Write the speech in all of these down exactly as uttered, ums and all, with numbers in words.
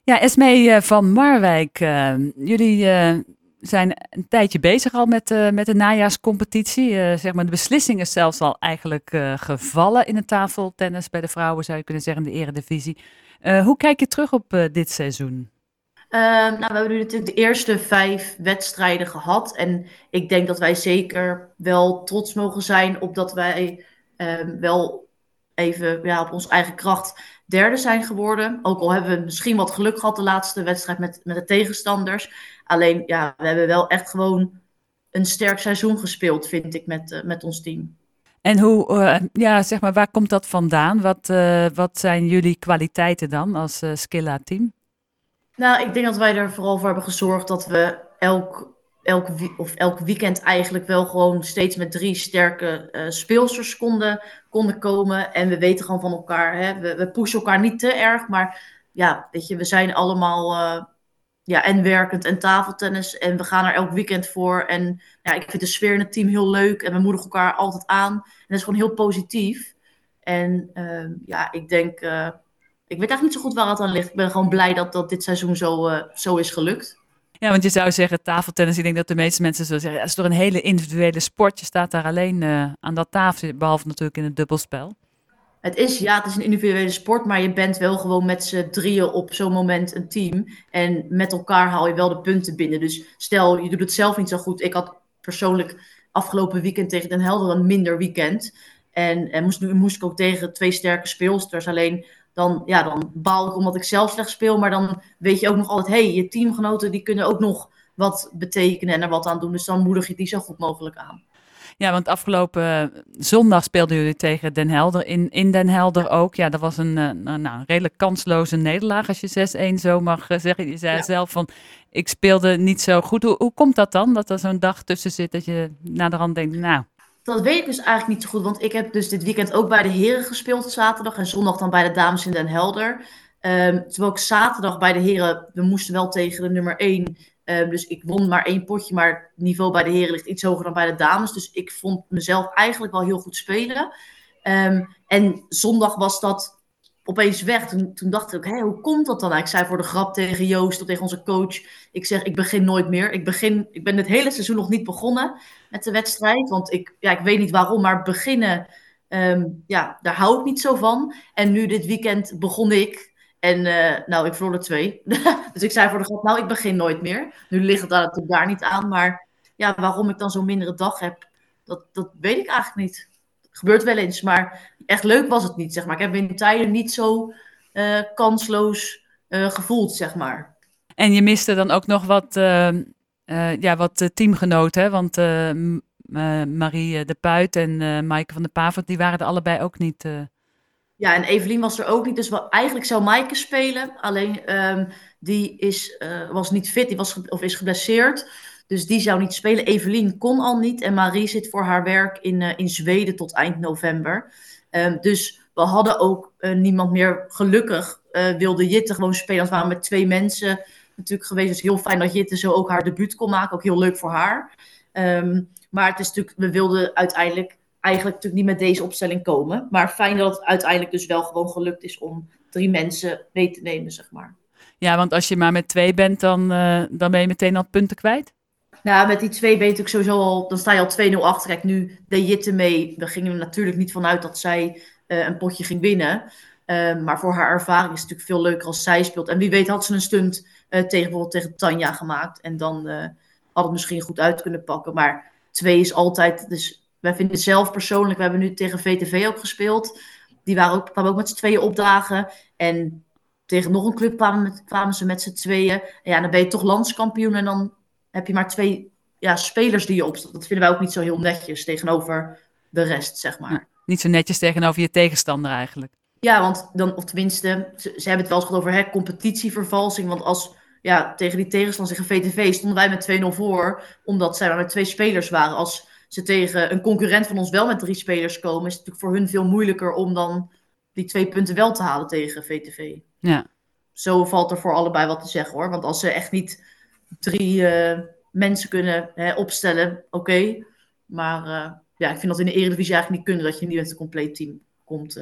Ja, Esmee eh, van Marwijk, eh, jullie eh, zijn een tijdje bezig al met, eh, met de najaarscompetitie. Eh, zeg maar, de beslissing is zelfs al eigenlijk eh, gevallen in het tafeltennis bij de vrouwen, zou je kunnen zeggen, in de eredivisie. Eh, hoe kijk je terug op eh, dit seizoen? Ehm, nou, we hebben nu natuurlijk de eerste vijf wedstrijden gehad. En ik denk dat wij zeker wel trots mogen zijn op dat wij ehm, wel even ja, op onze eigen kracht derde zijn geworden. Ook al hebben we misschien wat geluk gehad de laatste wedstrijd met, met de tegenstanders. Alleen, ja, we hebben wel echt gewoon een sterk seizoen gespeeld, vind ik, met, eh, met ons team. En hoe, eh, ja, zeg maar, waar komt dat vandaan? Wat, eh, wat zijn jullie kwaliteiten dan als eh Skilla-team? Nou, ik denk dat wij er vooral voor hebben gezorgd dat we elk, elk, wie- of elk weekend eigenlijk wel gewoon steeds met drie sterke eh speelsters konden, konden komen. En we weten gewoon van elkaar, hè? We, we pushen elkaar niet te erg, maar ja, weet je, we zijn allemaal eh, ja, en werkend en tafeltennis en we gaan er elk weekend voor. En ja, ik vind de sfeer in het team heel leuk en we moedigen elkaar altijd aan. En dat is gewoon heel positief. En eh, ja, ik denk... eh, ik weet eigenlijk niet zo goed waar het aan ligt. Ik ben gewoon blij dat, dat dit seizoen zo, eh, zo is gelukt. Ja, want je zou zeggen tafeltennis. Ik denk dat de meeste mensen zullen zeggen, ja, het is toch een hele individuele sport. Je staat daar alleen eh, aan dat tafel, behalve natuurlijk in het dubbelspel. Het is, ja, het is een individuele sport, maar je bent wel gewoon met z'n drieën op zo'n moment een team. En met elkaar haal je wel de punten binnen. Dus stel, je doet het zelf niet zo goed. Ik had persoonlijk afgelopen weekend tegen Den Helder een minder weekend. En, en moest, moest ik ook tegen twee sterke speelsters. Alleen dan, ja, dan baal ik omdat ik zelf slecht speel. Maar dan weet je ook nog altijd, hé, hey, je teamgenoten die kunnen ook nog wat betekenen en er wat aan doen. Dus dan moedig je die zo goed mogelijk aan. Ja, want afgelopen eh, zondag speelden jullie tegen Den Helder. In, in Den Helder ook. Ja, dat was een, eh, nou, nou, een redelijk kansloze nederlaag als je zes een zo mag eh, zeggen. Je zei Ja. zelf van, ik speelde niet zo goed. Hoe, hoe komt dat dan, dat er zo'n dag tussen zit dat je naderhand denkt, nou... Dat weet ik dus eigenlijk niet zo goed, want ik heb dus dit weekend ook bij de heren gespeeld, zaterdag, en zondag dan bij de dames in Den Helder. Ehm, terwijl ik zaterdag bij de heren, we moesten wel tegen de nummer één, ehm, dus ik won maar één potje, maar het niveau bij de heren ligt iets hoger dan bij de dames. Dus ik vond mezelf eigenlijk wel heel goed spelen. Ehm, en zondag was dat opeens weg. Toen, toen dacht ik, hé, hoe komt dat dan? Nou, ik zei voor de grap tegen Joost of tegen onze coach, ik zeg, ik begin nooit meer. Ik, begin, ik ben het hele seizoen nog niet begonnen met de wedstrijd. Want ik, ja, ik weet niet waarom, maar beginnen, ehm, ja, daar hou ik niet zo van. En nu dit weekend begon ik. En eh, nou, ik verloor er twee. Dus ik zei voor de grap, nou, ik begin nooit meer. Nu ligt het daar natuurlijk daar niet aan. Maar ja, waarom ik dan zo'n mindere dag heb, dat, dat weet ik eigenlijk niet. Het gebeurt wel eens, maar echt leuk was het niet, zeg maar. Ik heb in tijden niet zo eh, kansloos eh, gevoeld, zeg maar. En je miste dan ook nog wat, eh, eh, ja, wat eh, teamgenoten, hè? Want eh, M- eh, Marie eh, de Puit en eh Maaike van der Pavert, die waren er allebei ook niet. eh. Ja, en Evelien was er ook niet. Dus wel, eigenlijk zou Maaike spelen. Alleen ehm, die is, eh, was niet fit, die was ge- of is geblesseerd. Dus die zou niet spelen. Evelien kon al niet. En Marie zit voor haar werk in, eh, in Zweden tot eind november. Ehm, dus we hadden ook eh, niemand meer. Gelukkig eh, wilde Jitte gewoon spelen. Want we waren met twee mensen natuurlijk geweest. Dus heel fijn dat Jitte zo ook haar debuut kon maken. Ook heel leuk voor haar. Ehm, maar het is natuurlijk, we wilden uiteindelijk eigenlijk natuurlijk niet met deze opstelling komen. Maar fijn dat het uiteindelijk dus wel gewoon gelukt is om drie mensen mee te nemen, zeg maar. Ja, want als je maar met twee bent, dan, eh, dan ben je meteen al punten kwijt. Nou, met die twee weet ik sowieso al, dan sta je al twee nul achter. Kijk, nu deed Jitte mee. We gingen er natuurlijk niet vanuit dat zij uh, een potje ging winnen. Uh, maar voor haar ervaring is het natuurlijk veel leuker als zij speelt. En wie weet had ze een stunt uh, tegen bijvoorbeeld tegen Tanja gemaakt. En dan uh, had het misschien goed uit kunnen pakken. Maar twee is altijd, dus wij vinden het zelf persoonlijk, we hebben nu tegen V T V ook gespeeld. Die waren ook, kwamen ook met z'n tweeën opdagen. En tegen nog een club kwamen, met, kwamen ze met z'n tweeën. En ja, dan ben je toch landskampioen en dan heb je maar twee ja, spelers die je opstelt. Dat vinden wij ook niet zo heel netjes tegenover de rest, zeg Ja, maar. niet zo netjes tegenover je tegenstander eigenlijk. Ja, want dan, of tenminste, ze, ze hebben het wel eens gehad over hè, competitievervalsing. Want als ja, tegen die tegenstander tegen V T V stonden wij met twee nul voor, omdat zij maar met twee spelers waren. Als ze tegen een concurrent van ons wel met drie spelers komen, is het natuurlijk voor hun veel moeilijker om dan die twee punten wel te halen tegen V T V. Ja. Zo valt er voor allebei wat te zeggen hoor. Want als ze echt niet drie uh, mensen kunnen hè, opstellen, oké. Okay. Maar uh, ja, ik vind dat in de Eredivisie eigenlijk niet kunnen dat je niet met een compleet team komt. Uh.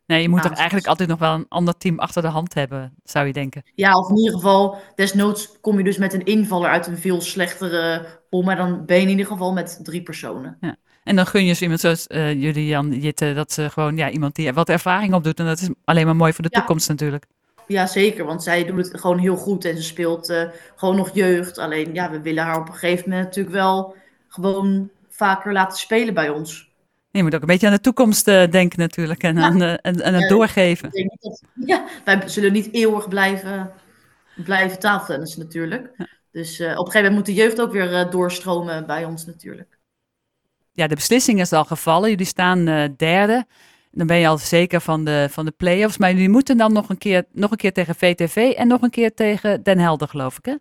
Nee, je moet toch eigenlijk aanzet. altijd nog wel een ander team achter de hand hebben, zou je denken. Ja, of in ieder geval, desnoods kom je dus met een invaller uit een veel slechtere pool, maar dan ben je in ieder geval met drie personen. Ja. En dan gun je zo iemand zoals uh, jullie, Jan Jitte, dat ze gewoon ja, iemand die wat ervaring opdoet. En dat is alleen maar mooi voor de Ja, toekomst natuurlijk. ja, zeker, want zij doet het gewoon heel goed en ze speelt uh, gewoon nog jeugd. Alleen, ja, we willen haar op een gegeven moment natuurlijk wel gewoon vaker laten spelen bij ons. Je moet ook een beetje aan de toekomst uh, denken natuurlijk en aan, uh, en, en het Ja, doorgeven. ik denk niet dat, ja, wij zullen niet eeuwig blijven, blijven tafeltennissen natuurlijk. Ja. Dus uh, op een gegeven moment moet de jeugd ook weer uh, doorstromen bij ons natuurlijk. Ja, de beslissing is al gevallen. Jullie staan uh, derde. Dan ben je al zeker van de, van de play-offs. Maar jullie moeten dan nog een, keer, nog een keer tegen V T V en nog een keer tegen Den Helder, geloof ik, hè?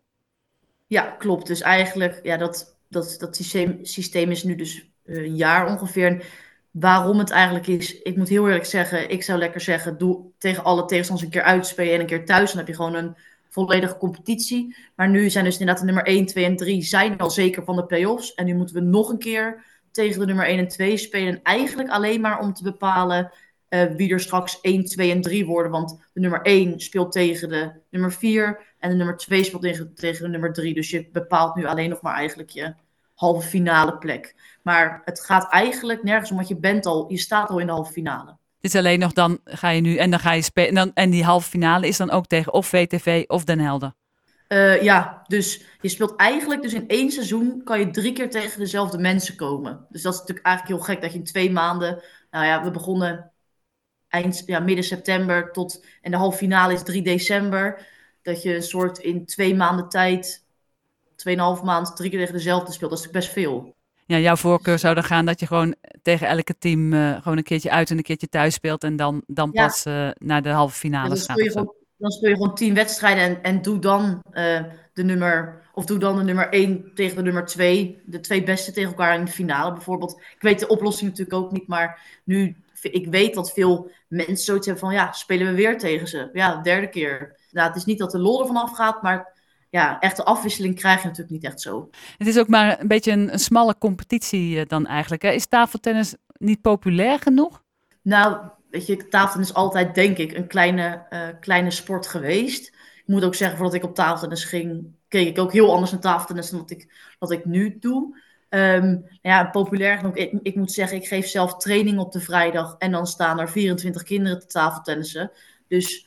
Ja, klopt. Dus eigenlijk, ja, dat, dat, dat systeem, systeem is nu dus uh, een jaar ongeveer. En waarom het eigenlijk is, ik moet heel eerlijk zeggen, ik zou lekker zeggen, doe tegen alle tegenstanders een keer uitspelen en een keer thuis. Dan heb je gewoon een volledige competitie. Maar nu zijn dus inderdaad de nummer één, twee en drie zijn al zeker van de play-offs. En nu moeten we nog een keer tegen de nummer één en twee spelen. En eigenlijk alleen maar om te bepalen uh, wie er straks één, twee en drie worden. Want de nummer één speelt tegen de nummer vier en de nummer twee speelt tegen, tegen de nummer drie. Dus je bepaalt nu alleen nog maar eigenlijk je halve finale plek. Maar het gaat eigenlijk nergens om, want je bent al, je staat al in de halve finale. Het is alleen nog dan ga je nu en dan ga je spelen. En, dan, en die halve finale is dan ook tegen of V T V of Den Helder. Uh, ja, dus je speelt eigenlijk, dus in één seizoen kan je drie keer tegen dezelfde mensen komen. Dus dat is natuurlijk eigenlijk heel gek dat je in twee maanden, nou ja, we begonnen eind, ja, midden september tot, en de halve finale is drie december. Dat je een soort in twee maanden tijd, tweeënhalf maand, drie keer tegen dezelfde speelt. Dat is best veel. Ja, jouw voorkeur zou dan gaan dat je gewoon tegen elke team uh, gewoon een keertje uit en een keertje thuis speelt. En dan, dan Ja. pas uh, naar de halve Ja, finale dan, gaat. speel je gewoon, dan speel je gewoon tien wedstrijden en, en doe dan uh, de nummer, of doe dan de nummer één tegen de nummer twee. De twee beste tegen elkaar in de finale bijvoorbeeld. Ik weet de oplossing natuurlijk ook niet, maar nu, ik weet dat veel mensen zoiets hebben van, ja, spelen we weer tegen ze. Ja, de derde keer. Nou, het is niet dat de lol ervan afgaat, maar ja, echte afwisseling krijg je natuurlijk niet echt zo. Het is ook maar een beetje een, een smalle competitie uh, dan eigenlijk. Hè? Is tafeltennis niet populair genoeg? Nou, weet je, tafeltennis is altijd, denk ik, een kleine, uh, kleine sport geweest. Ik moet ook zeggen, voordat ik op tafeltennis ging, keek ik ook heel anders naar tafeltennis dan wat ik, wat ik nu doe. Um, ja, populair genoeg. Ik, ik moet zeggen, ik geef zelf training op de vrijdag en dan staan er vierentwintig kinderen te tafeltennissen. Dus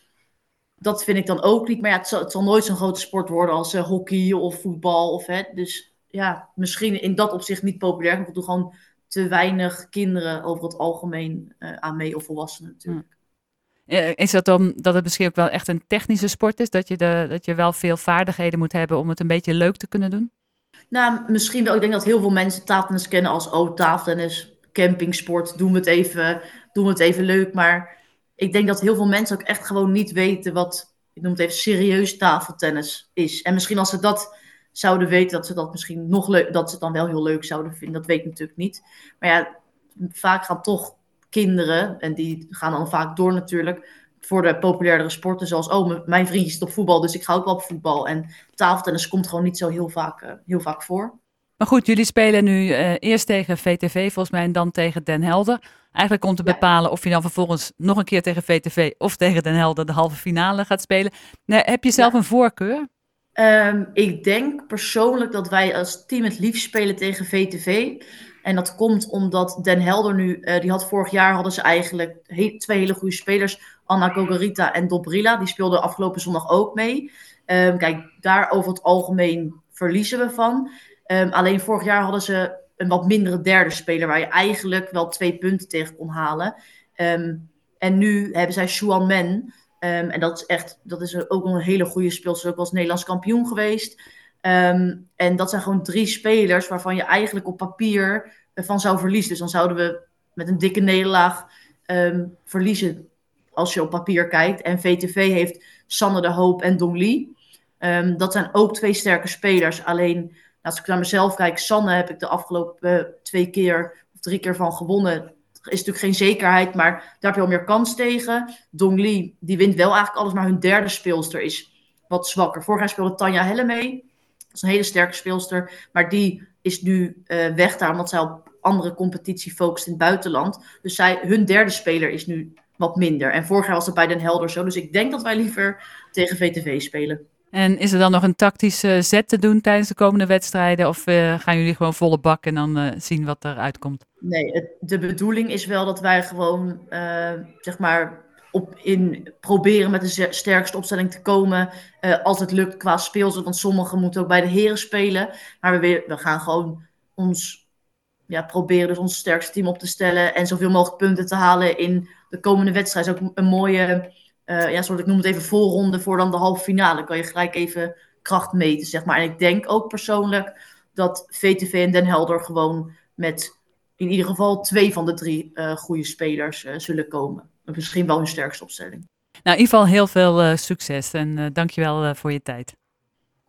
dat vind ik dan ook niet. Maar ja, het zal, het zal nooit zo'n grote sport worden als uh, hockey of voetbal. Of, hè, dus ja, misschien in dat opzicht niet populair. Ik doe gewoon te weinig kinderen over het algemeen uh, aan mee, of volwassenen natuurlijk. Is dat dan dat het misschien ook wel echt een technische sport is? Dat je, de, dat je wel veel vaardigheden moet hebben om het een beetje leuk te kunnen doen? Nou, misschien wel. Ik denk dat heel veel mensen tafeltennis kennen als oh, tafeltennis, campingsport, doen we het even, doen we het even leuk. Maar ik denk dat heel veel mensen ook echt gewoon niet weten wat, ik noem het even serieus tafeltennis is. En misschien als ze dat zouden weten, dat ze dat misschien nog leuk, dat ze het dan wel heel leuk zouden vinden. Dat weet ik natuurlijk niet. Maar ja, vaak gaan toch kinderen, en die gaan dan vaak door natuurlijk, voor de populairdere sporten, zoals, oh, mijn vriendje zit op voetbal, dus ik ga ook wel op voetbal. En tafeltennis komt gewoon niet zo heel vaak, uh, heel vaak voor. Maar goed, jullie spelen nu uh, eerst tegen V T V volgens mij en dan tegen Den Helder. Eigenlijk om te ja. bepalen of je dan vervolgens nog een keer tegen V T V of tegen Den Helder de halve finale gaat spelen. Nee, heb je zelf ja. een voorkeur? Um, ik denk persoonlijk dat wij als team het liefst spelen tegen V T V. En dat komt omdat Den Helder nu, uh, die had vorig jaar hadden ze eigenlijk he- twee hele goede spelers. Anna Gogarita en Dobrila. Die speelden afgelopen zondag ook mee. Um, kijk, daar over het algemeen verliezen we van. Um, alleen vorig jaar hadden ze een wat mindere derde speler, waar je eigenlijk wel twee punten tegen kon halen. Um, en nu hebben zij Xuan Men. Um, en dat is echt, dat is ook een hele goede speelster. Ook wel eens Nederlands kampioen geweest. Um, en dat zijn gewoon drie spelers waarvan je eigenlijk op papier van zou verliezen. Dus dan zouden we met een dikke nederlaag um, verliezen als je op papier kijkt. En V T V heeft Sanne de Hoop en Dong Li. Um, dat zijn ook twee sterke spelers. Alleen, als ik naar mezelf kijk, Sanne heb ik de afgelopen uh, twee keer of drie keer van gewonnen. Er is natuurlijk geen zekerheid, maar daar heb je al meer kans tegen. Dong Li, die wint wel eigenlijk alles, maar hun derde speelster is wat zwakker. Vorig jaar speelde Tanja Helle mee. Dat is een hele sterke speelster, maar die is nu uh, weg daar, omdat zij op andere competitie focust in het buitenland. Dus zij, hun derde speler is nu wat minder. En vorig jaar was het bij Den Helder zo. Dus ik denk dat wij liever tegen V T V spelen. En is er dan nog een tactische zet te doen tijdens de komende wedstrijden? Of uh, gaan jullie gewoon volle bak en dan uh, zien wat er uitkomt? Nee, het, de bedoeling is wel dat wij gewoon, uh, zeg maar, op in proberen met de sterkste opstelling te komen. Uh, als het lukt qua speelzet, want sommigen moeten ook bij de heren spelen. Maar we, we gaan gewoon ons, ja, proberen dus ons sterkste team op te stellen. En zoveel mogelijk punten te halen in de komende wedstrijd. Dat is ook een mooie, uh, ja, zoals ik noem het even, voorronde voor dan de halve finale. Dan kan je gelijk even kracht meten, zeg maar. En ik denk ook persoonlijk dat V T V en Den Helder gewoon met in ieder geval twee van de drie uh, goede spelers uh, zullen komen. Misschien wel hun sterkste opstelling. Nou, in ieder geval heel veel uh, succes en uh, dankjewel uh, voor je tijd.